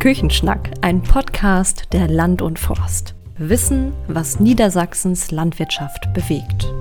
Küchenschnack, ein Podcast der Land und Forst. Wissen, was Niedersachsens Landwirtschaft bewegt.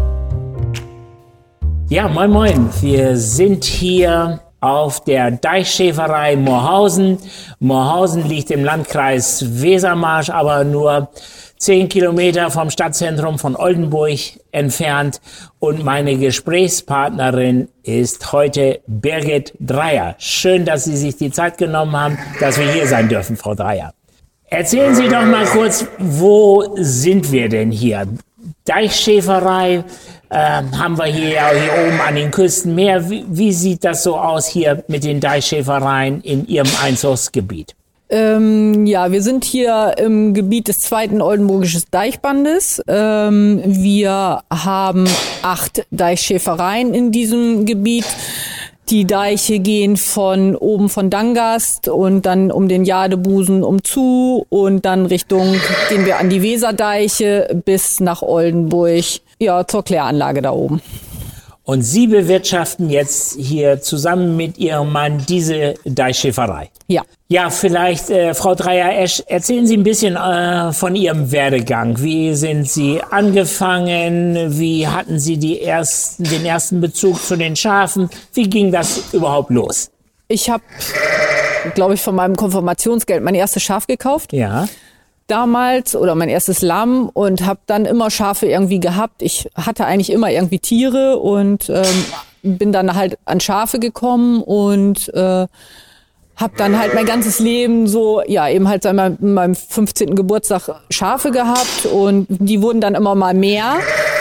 Ja, moin moin. Wir sind hier auf der Deichschäferei Moorhausen. Moorhausen liegt im Landkreis Wesermarsch, aber nur 10 Kilometer vom Stadtzentrum von Oldenburg entfernt. Und meine Gesprächspartnerin ist heute Birgit Dreyer. Schön, dass Sie sich die Zeit genommen haben, dass wir hier sein dürfen, Frau Dreyer. Erzählen Sie doch mal kurz, wo sind wir denn hier? Deichschäferei haben wir hier oben an den Küsten mehr. Wie sieht das so aus hier mit den Deichschäfereien in Ihrem Einzugsgebiet? Ja, wir sind hier im Gebiet des zweiten Oldenburgischen Deichbandes. Wir haben 8 Deichschäfereien in diesem Gebiet. Die Deiche gehen von oben von Dangast und dann um den Jadebusen umzu und dann gehen wir an die Weserdeiche bis nach Oldenburg, ja, zur Kläranlage da oben. Und Sie bewirtschaften jetzt hier zusammen mit Ihrem Mann diese Deichschäferei? Ja. Ja, vielleicht, Frau Dreyer, erzählen Sie ein bisschen von Ihrem Werdegang. Wie sind Sie angefangen? Wie hatten Sie den ersten Bezug zu den Schafen? Wie ging das überhaupt los? Ich habe, glaube ich, von meinem Konfirmationsgeld mein erstes Schaf gekauft. Ja. Damals, oder mein erstes Lamm, und habe dann immer Schafe irgendwie gehabt. Ich hatte eigentlich immer irgendwie Tiere und bin dann halt an Schafe gekommen und habe dann halt mein ganzes Leben so, ja, eben halt seit meinem 15. Geburtstag Schafe gehabt und die wurden dann immer mal mehr.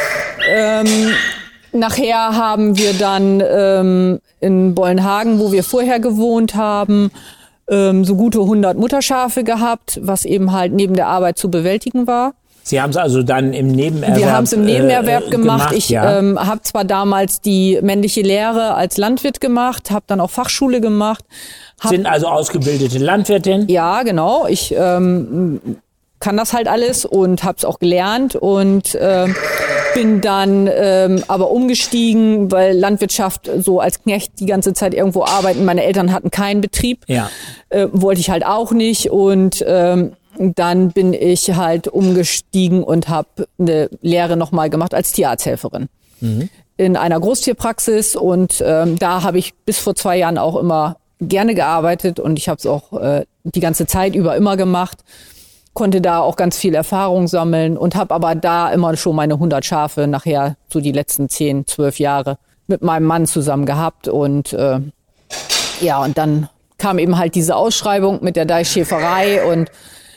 Nachher haben wir dann in Bollenhagen, wo wir vorher gewohnt haben, so gute 100 Mutterschafe gehabt, was eben halt neben der Arbeit zu bewältigen war. Sie haben es also dann im Nebenerwerb Wir haben es im Nebenerwerb gemacht. Ich ja. Habe zwar damals die männliche Lehre als Landwirt gemacht, habe dann auch Fachschule gemacht. Sind also ausgebildete Landwirtin? Ja, genau. Ich kann das halt alles und habe es auch gelernt und bin dann aber umgestiegen, weil Landwirtschaft so als Knecht die ganze Zeit irgendwo arbeiten. Meine Eltern hatten keinen Betrieb, ja. Wollte ich halt auch nicht und dann bin ich halt umgestiegen und habe eine Lehre nochmal gemacht als Tierarzthelferin in einer Großtierpraxis und da habe ich bis vor 2 Jahren auch immer gerne gearbeitet und ich habe es auch die ganze Zeit über immer gemacht. Konnte da auch ganz viel Erfahrung sammeln und habe aber da immer schon meine 100 Schafe nachher so die letzten 10, 12 Jahre mit meinem Mann zusammen gehabt und ja, und dann kam eben halt diese Ausschreibung mit der Deichschäferei und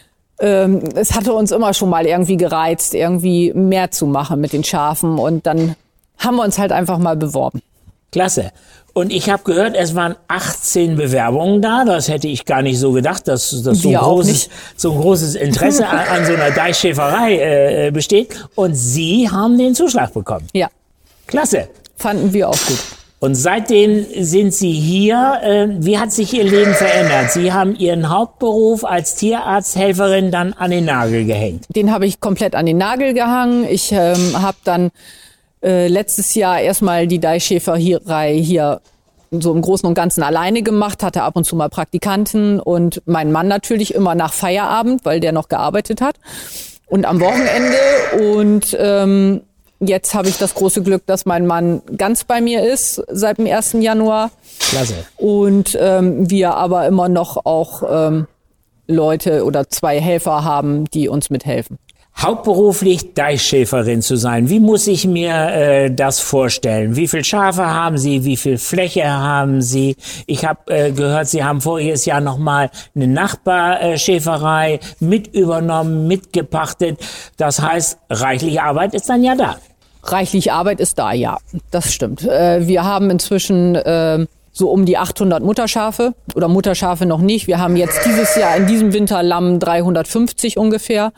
es hatte uns immer schon mal irgendwie gereizt, irgendwie mehr zu machen mit den Schafen und dann haben wir uns halt einfach mal beworben. Klasse. Und ich habe gehört, es waren 18 Bewerbungen da. Das hätte ich gar nicht so gedacht, dass so ein großes Interesse an so einer Deichschäferei besteht. Und Sie haben den Zuschlag bekommen. Ja. Klasse. Fanden wir auch gut. Und seitdem sind Sie hier. Wie hat sich Ihr Leben verändert? Sie haben Ihren Hauptberuf als Tierarzthelferin dann an den Nagel gehängt. Den habe ich komplett an den Nagel gehangen. Ich habe dann letztes Jahr erstmal die Deichschäferei hier so im Großen und Ganzen alleine gemacht, hatte ab und zu mal Praktikanten und mein Mann natürlich immer nach Feierabend, weil der noch gearbeitet hat und am Wochenende und jetzt habe ich das große Glück, dass mein Mann ganz bei mir ist seit dem 1. Januar. Klasse. Und wir aber immer noch auch Leute oder 2 Helfer haben, die uns mithelfen. Hauptberuflich Deichschäferin zu sein. Wie muss ich mir das vorstellen? Wie viel Schafe haben Sie? Wie viel Fläche haben Sie? Ich habe gehört, Sie haben voriges Jahr nochmal eine Nachbarschäferei mit übernommen, mitgepachtet. Das heißt, reichliche Arbeit ist dann ja da. Reichlich Arbeit ist da, ja. Das stimmt. Wir haben inzwischen so um die 800 Mutterschafe oder Mutterschafe noch nicht. Wir haben jetzt dieses Jahr in diesem Winter Lamm 350 ungefähr.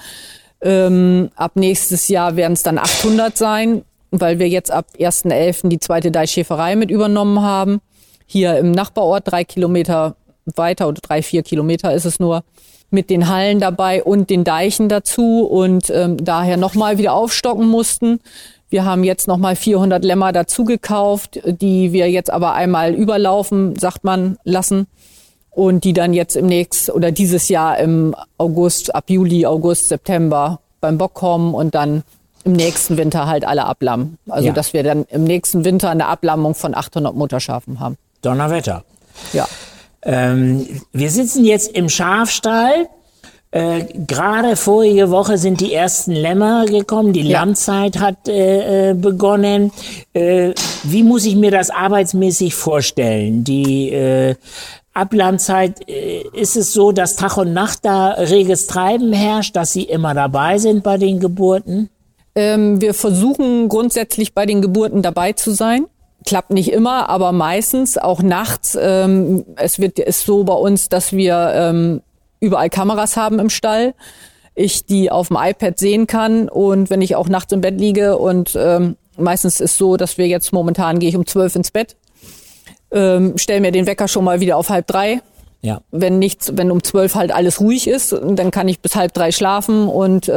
Ab nächstes Jahr werden es dann 800 sein, weil wir jetzt ab 1.11. die zweite Deichschäferei mit übernommen haben. Hier im Nachbarort 3 Kilometer weiter oder 3-4 Kilometer ist es nur, mit den Hallen dabei und den Deichen dazu und daher nochmal wieder aufstocken mussten. Wir haben jetzt nochmal 400 Lämmer dazu gekauft, die wir jetzt aber einmal überlaufen, sagt man, lassen. Und die dann jetzt dieses Jahr im August, ab Juli, August, September beim Bock kommen und dann im nächsten Winter halt alle ablammen. Also dass wir dann im nächsten Winter eine Ablammung von 800 Mutterschafen haben. Donnerwetter. Ja. Wir sitzen jetzt im Schafstall. Gerade vorige Woche sind die ersten Lämmer gekommen. Die Lammzeit hat begonnen. Wie muss ich mir das arbeitsmäßig vorstellen? Die Ablammzeit, ist es so, dass Tag und Nacht da reges Treiben herrscht, dass Sie immer dabei sind bei den Geburten? Wir versuchen grundsätzlich bei den Geburten dabei zu sein. Klappt nicht immer, aber meistens, auch nachts. Ist so bei uns, dass wir überall Kameras haben im Stall. Ich die auf dem iPad sehen kann und wenn ich auch nachts im Bett liege und meistens ist so, dass wir jetzt momentan gehe ich um 12 ins Bett, stelle mir den Wecker schon mal wieder auf 2:30. Ja. Wenn um 12 halt alles ruhig ist, dann kann ich bis 2:30 schlafen und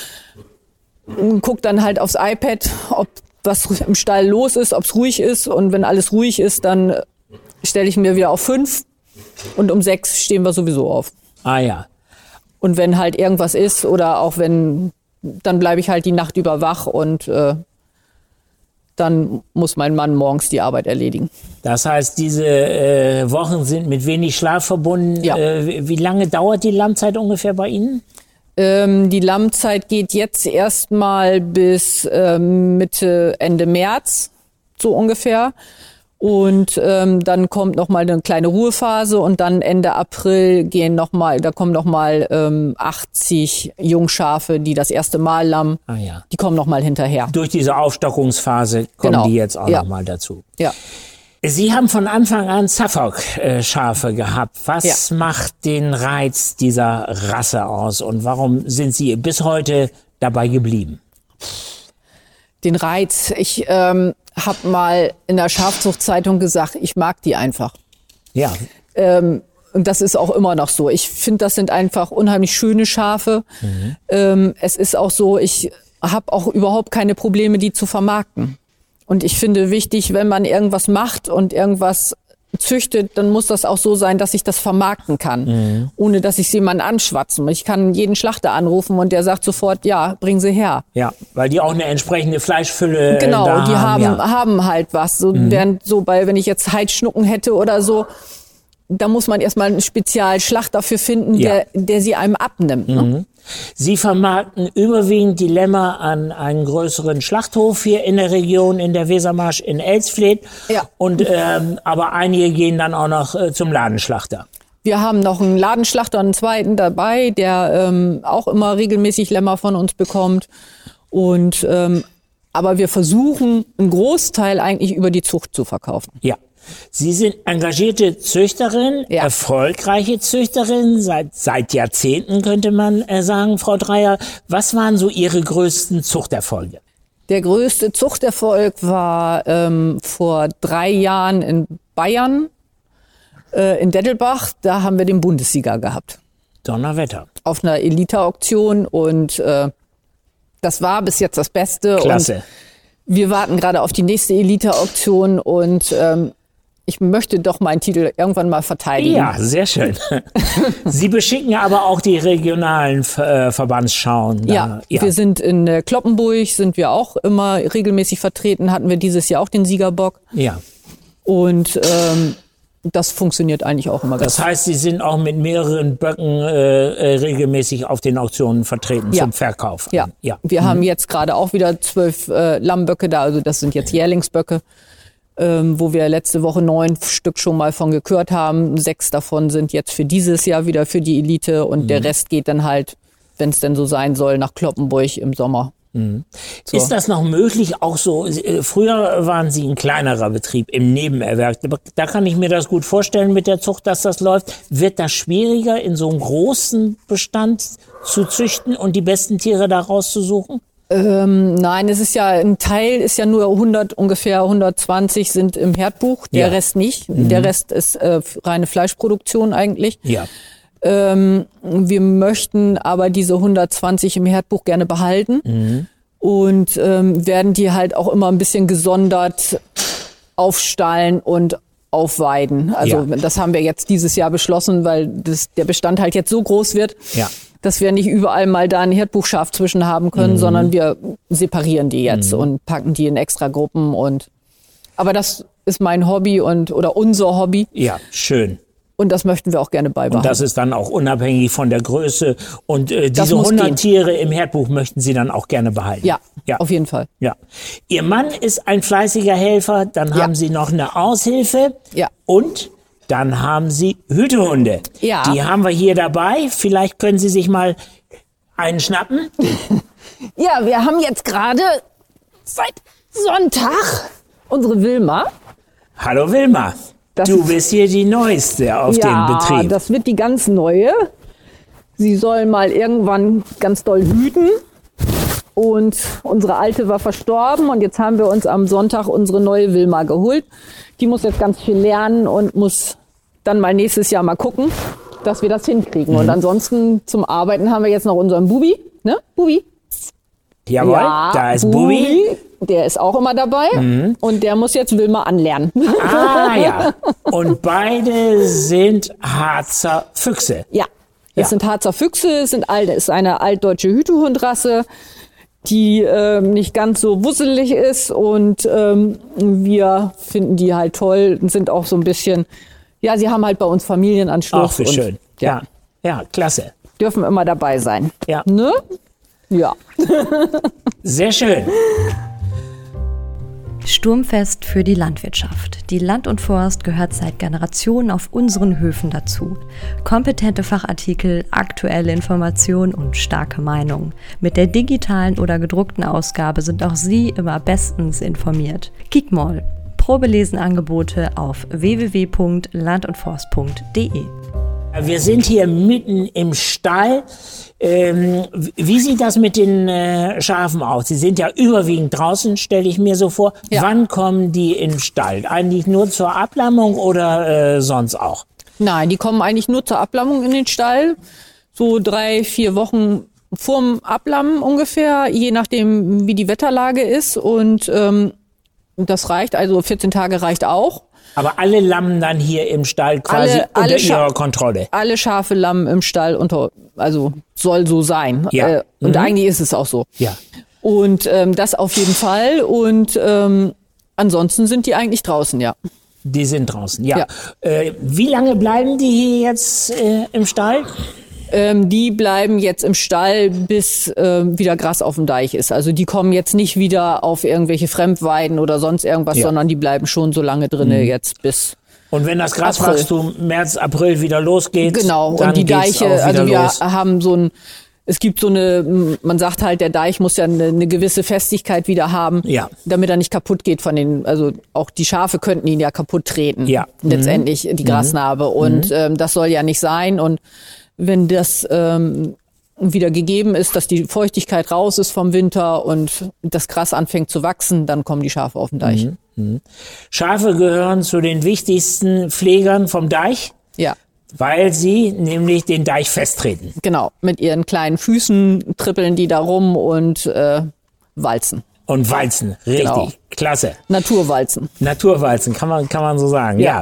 guck dann halt aufs iPad, ob was im Stall los ist, ob es ruhig ist. Und wenn alles ruhig ist, dann stelle ich mir wieder auf 5 und um 6 stehen wir sowieso auf. Ah ja. Und wenn halt irgendwas ist oder auch wenn, dann bleibe ich halt die Nacht über wach und dann muss mein Mann morgens die Arbeit erledigen. Das heißt, diese Wochen sind mit wenig Schlaf verbunden. Ja. Wie lange dauert die Lammzeit ungefähr bei Ihnen? Die Lammzeit geht jetzt erstmal bis Ende März, so ungefähr. Und dann kommt noch mal eine kleine Ruhephase und dann Ende April kommen noch mal 80 Jungschafe, die das erste Mal lammen. Ah, ja. Die kommen noch mal hinterher. Durch diese Aufstockungsphase kommen die jetzt auch noch mal dazu. Ja. Sie haben von Anfang an Suffolk-Schafe gehabt. Was macht den Reiz dieser Rasse aus und warum sind Sie bis heute dabei geblieben? Den Reiz, ich habe mal in der Schafzuchtzeitung gesagt, ich mag die einfach. Ja. Und das ist auch immer noch so. Ich finde, das sind einfach unheimlich schöne Schafe. Es ist auch so, ich habe auch überhaupt keine Probleme, die zu vermarkten. Und ich finde wichtig, wenn man irgendwas macht und irgendwas züchtet, dann muss das auch so sein, dass ich das vermarkten kann, ohne dass ich jemanden anschwatzen. Ich kann jeden Schlachter anrufen und der sagt sofort, ja, bringen Sie her. Ja, weil die auch eine entsprechende Fleischfülle genau, da die haben. haben halt was. So, während so wenn ich jetzt Heidschnucken hätte oder so, da muss man erstmal einen Spezialschlacht dafür finden, der sie einem abnimmt. Ne? Sie vermarkten überwiegend die Lämmer an einen größeren Schlachthof hier in der Region, in der Wesermarsch in Elsfleth. Ja. Und, aber einige gehen dann auch noch zum Ladenschlachter. Wir haben noch einen Ladenschlachter, einen zweiten dabei, der auch immer regelmäßig Lämmer von uns bekommt. Und aber wir versuchen, einen Großteil eigentlich über die Zucht zu verkaufen. Ja. Sie sind engagierte Züchterin, erfolgreiche Züchterin, seit Jahrzehnten könnte man sagen, Frau Dreyer. Was waren so Ihre größten Zuchterfolge? Der größte Zuchterfolg war vor 3 Jahren in Bayern, in Dettelbach. Da haben wir den Bundessieger gehabt. Donnerwetter. Auf einer Elite-Auktion und das war bis jetzt das Beste. Klasse. Und wir warten gerade auf die nächste Elite-Auktion und ich möchte doch meinen Titel irgendwann mal verteidigen. Ja, sehr schön. Sie beschicken aber auch die regionalen Verbandsschauen. Ja, wir sind in Cloppenburg, sind wir auch immer regelmäßig vertreten, hatten wir dieses Jahr auch den Siegerbock. Ja. Und das funktioniert eigentlich auch immer ganz gut. Das heißt, Sie sind auch mit mehreren Böcken regelmäßig auf den Auktionen vertreten zum Verkauf. Ja, wir haben jetzt gerade auch wieder 12 Lammböcke da, also das sind jetzt Jährlingsböcke. Wo wir letzte Woche 9 Stück schon mal von gekürt haben. 6 davon sind jetzt für dieses Jahr wieder für die Elite und der Rest geht dann halt, wenn es denn so sein soll, nach Cloppenburg im Sommer. So. Ist das noch möglich? Auch so, früher waren Sie ein kleinerer Betrieb im Nebenerwerb. Da kann ich mir das gut vorstellen mit der Zucht, dass das läuft. Wird das schwieriger, in so einem großen Bestand zu züchten und die besten Tiere da rauszusuchen? Nein, es ist ja, ein Teil ist ja nur ungefähr 120 sind im Herdbuch, der Rest nicht. Der Rest ist reine Fleischproduktion eigentlich. Ja. Wir möchten aber diese 120 im Herdbuch gerne behalten und werden die halt auch immer ein bisschen gesondert aufstallen und aufweiden. Also das haben wir jetzt dieses Jahr beschlossen, weil der Bestand halt jetzt so groß wird, dass wir nicht überall mal da ein Herdbuchschaf zwischen haben können, sondern wir separieren die jetzt und packen die in Extragruppen. Aber das ist mein Hobby oder unser Hobby. Ja, schön. Und das möchten wir auch gerne beibehalten. Und das ist dann auch unabhängig von der Größe. Und diese 100 Tiere im Herdbuch möchten Sie dann auch gerne behalten? Ja, auf jeden Fall. Ja. Ihr Mann ist ein fleißiger Helfer, dann haben Sie noch eine Aushilfe und dann haben Sie Hütehunde. Ja. Die haben wir hier dabei. Vielleicht können Sie sich mal einen schnappen. Ja, wir haben jetzt gerade seit Sonntag unsere Wilma. Hallo Wilma. Du bist hier die Neueste auf dem Betrieb. Ja, das wird die ganz Neue. Sie soll mal irgendwann ganz doll hüten. Und unsere Alte war verstorben. Und jetzt haben wir uns am Sonntag unsere neue Wilma geholt. Die muss jetzt ganz viel lernen und muss dann mal nächstes Jahr mal gucken, dass wir das hinkriegen. Und ansonsten zum Arbeiten haben wir jetzt noch unseren Bubi. Ne, Bubi? Jawohl, da ist Bubi. Der ist auch immer dabei und der muss jetzt Wilma anlernen. Ah ja, und beide sind Harzer Füchse. Ja, das sind Harzer Füchse, ist eine altdeutsche Hütehundrasse, die nicht ganz so wusselig ist und wir finden die halt toll und sind auch so ein bisschen, sie haben halt bei uns Familienanschluss. Ach, wie schön. Ja, klasse. Dürfen immer dabei sein. Ja. Ne? Ja. Sehr schön. Sturmfest für die Landwirtschaft. Die Land und Forst gehört seit Generationen auf unseren Höfen dazu. Kompetente Fachartikel, aktuelle Informationen und starke Meinungen. Mit der digitalen oder gedruckten Ausgabe sind auch Sie immer bestens informiert. Kiek mal. Probelesenangebote auf www.landundforst.de. Wir sind hier mitten im Stall. Wie sieht das mit den Schafen aus? Sie sind ja überwiegend draußen, stelle ich mir so vor. Ja. Wann kommen die in den Stall? Eigentlich nur zur Ablammung oder sonst auch? Nein, die kommen eigentlich nur zur Ablammung in den Stall. So 3-4 Wochen vorm Ablammen ungefähr, je nachdem wie die Wetterlage ist. Und das reicht, also 14 Tage reicht auch. Aber alle lammen dann hier im Stall quasi unter ihrer Kontrolle? Alle Schafe lammen im Stall also soll so sein. Ja. Und eigentlich ist es auch so. Ja. Und das auf jeden Fall. Und ansonsten sind die eigentlich draußen, ja. Die sind draußen, ja. Wie lange bleiben die hier jetzt im Stall? Die bleiben jetzt im Stall, bis wieder Gras auf dem Deich ist. Also die kommen jetzt nicht wieder auf irgendwelche Fremdweiden oder sonst irgendwas, sondern die bleiben schon so lange drinne jetzt bis. Und wenn das Graswachstum März, April wieder losgeht, genau. Dann und die Deiche, also wir los. haben es gibt man sagt halt, der Deich muss ja eine gewisse Festigkeit wieder haben, damit er nicht kaputt geht also auch die Schafe könnten ihn ja kaputt treten, letztendlich die Grasnarbe. Und das soll ja nicht sein. Und wenn das wieder gegeben ist, dass die Feuchtigkeit raus ist vom Winter und das Gras anfängt zu wachsen, dann kommen die Schafe auf den Deich. Schafe gehören zu den wichtigsten Pflegern vom Deich. Ja. Weil sie nämlich den Deich festtreten. Genau, mit ihren kleinen Füßen trippeln die da rum und walzen. Und walzen, richtig, genau. Klasse. Naturwalzen. Naturwalzen, kann man so sagen, ja.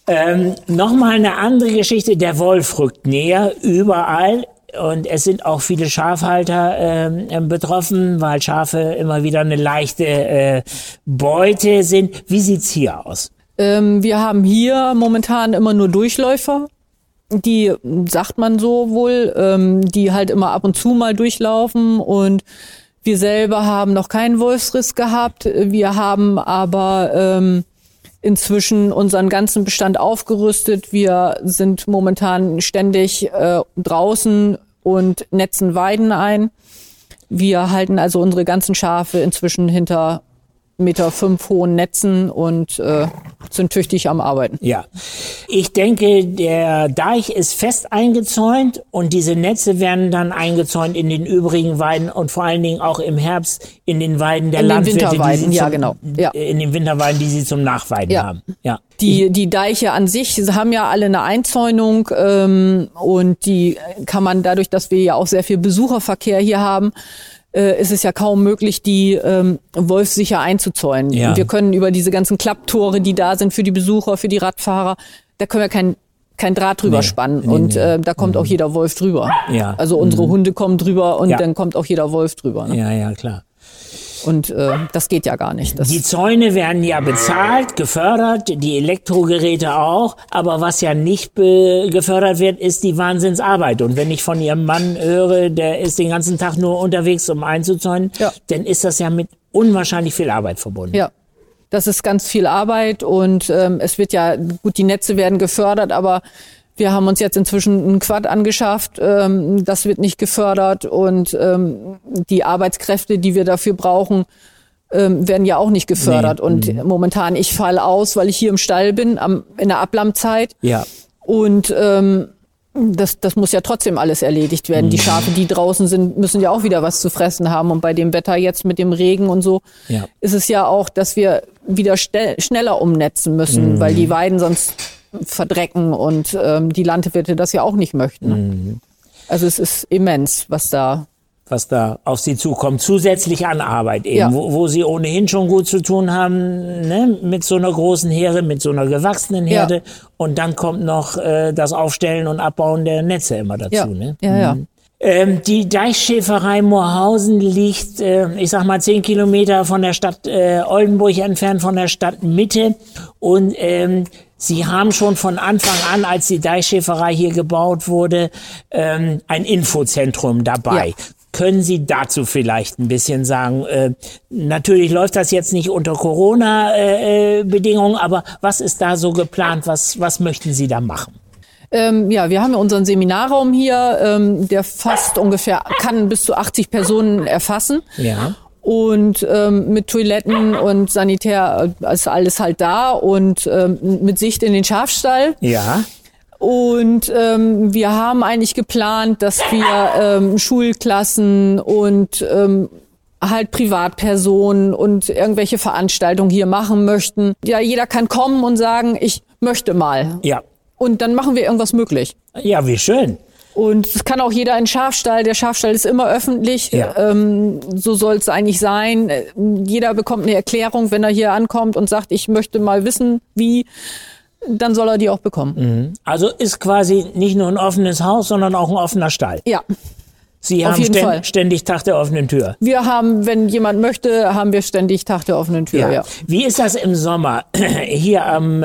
Nochmal eine andere Geschichte, der Wolf rückt näher, überall. Und es sind auch viele Schafhalter betroffen, weil Schafe immer wieder eine leichte Beute sind. Wie sieht's hier aus? Wir haben hier momentan immer nur Durchläufer. Die, sagt man so wohl, die halt immer ab und zu mal durchlaufen. Und wir selber haben noch keinen Wolfsriss gehabt. Wir haben aber inzwischen unseren ganzen Bestand aufgerüstet. Wir sind momentan ständig draußen und netzen Weiden ein. Wir halten also unsere ganzen Schafe inzwischen hinter 1,5 Meter hohen Netzen und sind tüchtig am Arbeiten. Ja, ich denke, der Deich ist fest eingezäunt und diese Netze werden dann eingezäunt in den übrigen Weiden und vor allen Dingen auch im Herbst in den Weiden der Landwirte. In den Winterweiden, die sie zum Nachweiden haben. Ja. Die Deiche an sich haben ja alle eine Einzäunung und die kann man dadurch, dass wir ja auch sehr viel Besucherverkehr hier haben, ist es ja kaum möglich, die wolfssicher einzuzäunen. Ja. Wir können über diese ganzen Klapptore, die da sind für die Besucher, für die Radfahrer, da können wir kein Draht drüber spannen. Und da kommt auch jeder Wolf drüber. Ja. Also unsere Hunde kommen drüber und Ja. dann kommt auch jeder Wolf drüber. Ne? Ja, klar. Und das geht ja gar nicht. Die Zäune werden ja bezahlt, gefördert, die Elektrogeräte auch, aber was ja nicht gefördert wird, ist die Wahnsinnsarbeit. Und wenn ich von Ihrem Mann höre, der ist den ganzen Tag nur unterwegs, um einzuzäunen, dann ist das ja mit unwahrscheinlich viel Arbeit verbunden. Ja, das ist ganz viel Arbeit und es wird ja, gut, die Netze werden gefördert, aber wir haben uns jetzt inzwischen einen Quad angeschafft, das wird nicht gefördert und die Arbeitskräfte, die wir dafür brauchen, werden ja auch nicht gefördert. Und momentan, ich falle aus, weil ich hier im Stall bin, in der Ablammzeit. Ja. Und das muss ja trotzdem alles erledigt werden. Die Schafe, die draußen sind, müssen ja auch wieder was zu fressen haben. Und bei dem Wetter jetzt mit dem Regen und so ist es ja auch, dass wir wieder schneller umnetzen müssen, weil die Weiden sonst verdrecken und die Landwirte das ja auch nicht möchten. Ne? Also es ist immens, was da auf Sie zukommt, zusätzlich an Arbeit eben, wo Sie ohnehin schon gut zu tun haben, ne? Mit so einer großen Herde, mit so einer gewachsenen Herde und dann kommt noch das Aufstellen und Abbauen der Netze immer dazu. Ne? Ja. Die Deichschäferei Moorhausen liegt, ich sag mal 10 Kilometer von der Stadt Oldenburg entfernt, von der Stadtmitte und Sie haben schon von Anfang an, als die Deichschäferei hier gebaut wurde, ein Infozentrum dabei. Ja. Können Sie dazu vielleicht ein bisschen sagen? Natürlich läuft das jetzt nicht unter Corona-Bedingungen, aber was ist da so geplant? Was möchten Sie da machen? Wir haben ja unseren Seminarraum hier, der fast ungefähr kann bis zu 80 Personen erfassen. Ja. Und mit Toiletten und Sanitär ist alles halt da und mit Sicht in den Schafstall. Ja. Und wir haben eigentlich geplant, dass wir Schulklassen und halt Privatpersonen und irgendwelche Veranstaltungen hier machen möchten. Ja, jeder kann kommen und sagen, ich möchte mal. Ja. Und dann machen wir irgendwas möglich. Ja, wie schön. Und es kann auch jeder in den Schafstall. Der Schafstall ist immer öffentlich. Ja. So soll es eigentlich sein. Jeder bekommt eine Erklärung, wenn er hier ankommt und sagt, ich möchte mal wissen, wie, dann soll er die auch bekommen. Also ist quasi nicht nur ein offenes Haus, sondern auch ein offener Stall. Ja. Sie Auf haben jeden Fall. ständig Tag der offenen Tür. Wir haben, wenn jemand möchte, haben wir ständig Tag der offenen Tür. Ja. Wie ist das im Sommer? Hier am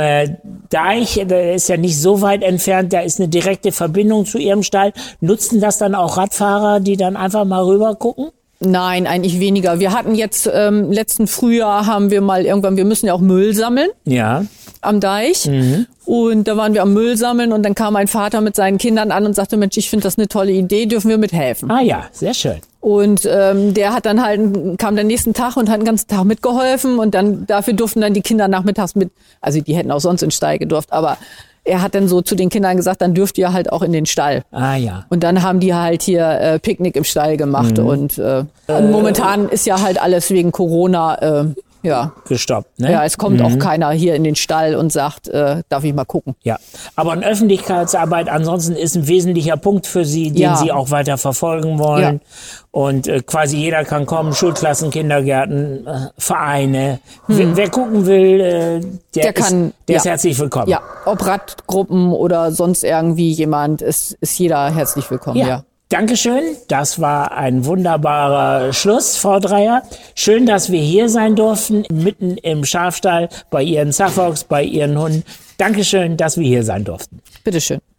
Deich, der ist ja nicht so weit entfernt, da ist eine direkte Verbindung zu Ihrem Stall. Nutzen das dann auch Radfahrer, die dann einfach mal rüber gucken? Nein, eigentlich weniger. Wir hatten jetzt, letzten Frühjahr haben wir mal irgendwann, wir müssen ja auch Müll sammeln. Ja. Am Deich. Und da waren wir am Müll sammeln und dann kam mein Vater mit seinen Kindern an und sagte, Mensch, ich finde das eine tolle Idee, dürfen wir mithelfen? Ah ja, sehr schön. Und der hat dann halt, kam den nächsten Tag und hat den ganzen Tag mitgeholfen und dann dafür durften dann die Kinder nachmittags mit, also die hätten auch sonst in den Stall gedurft, aber er hat dann so zu den Kindern gesagt, dann dürft ihr halt auch in den Stall. Ah ja. Und dann haben die halt hier Picknick im Stall gemacht und momentan ist ja halt alles wegen Corona gestoppt, ne? Ja, es kommt auch keiner hier in den Stall und sagt, darf ich mal gucken. Ja, aber eine Öffentlichkeitsarbeit ansonsten ist ein wesentlicher Punkt für Sie, den Sie auch weiter verfolgen wollen. Ja. Und quasi jeder kann kommen, Schulklassen, Kindergärten, Vereine. Wer gucken will, der ist herzlich willkommen. Ja, ob Radgruppen oder sonst irgendwie jemand, ist jeder herzlich willkommen, ja. Dankeschön, das war ein wunderbarer Schluss, Frau Dreyer. Schön, dass wir hier sein durften, mitten im Schafstall, bei Ihren Suffolks, bei Ihren Hunden. Dankeschön, dass wir hier sein durften. Bitteschön.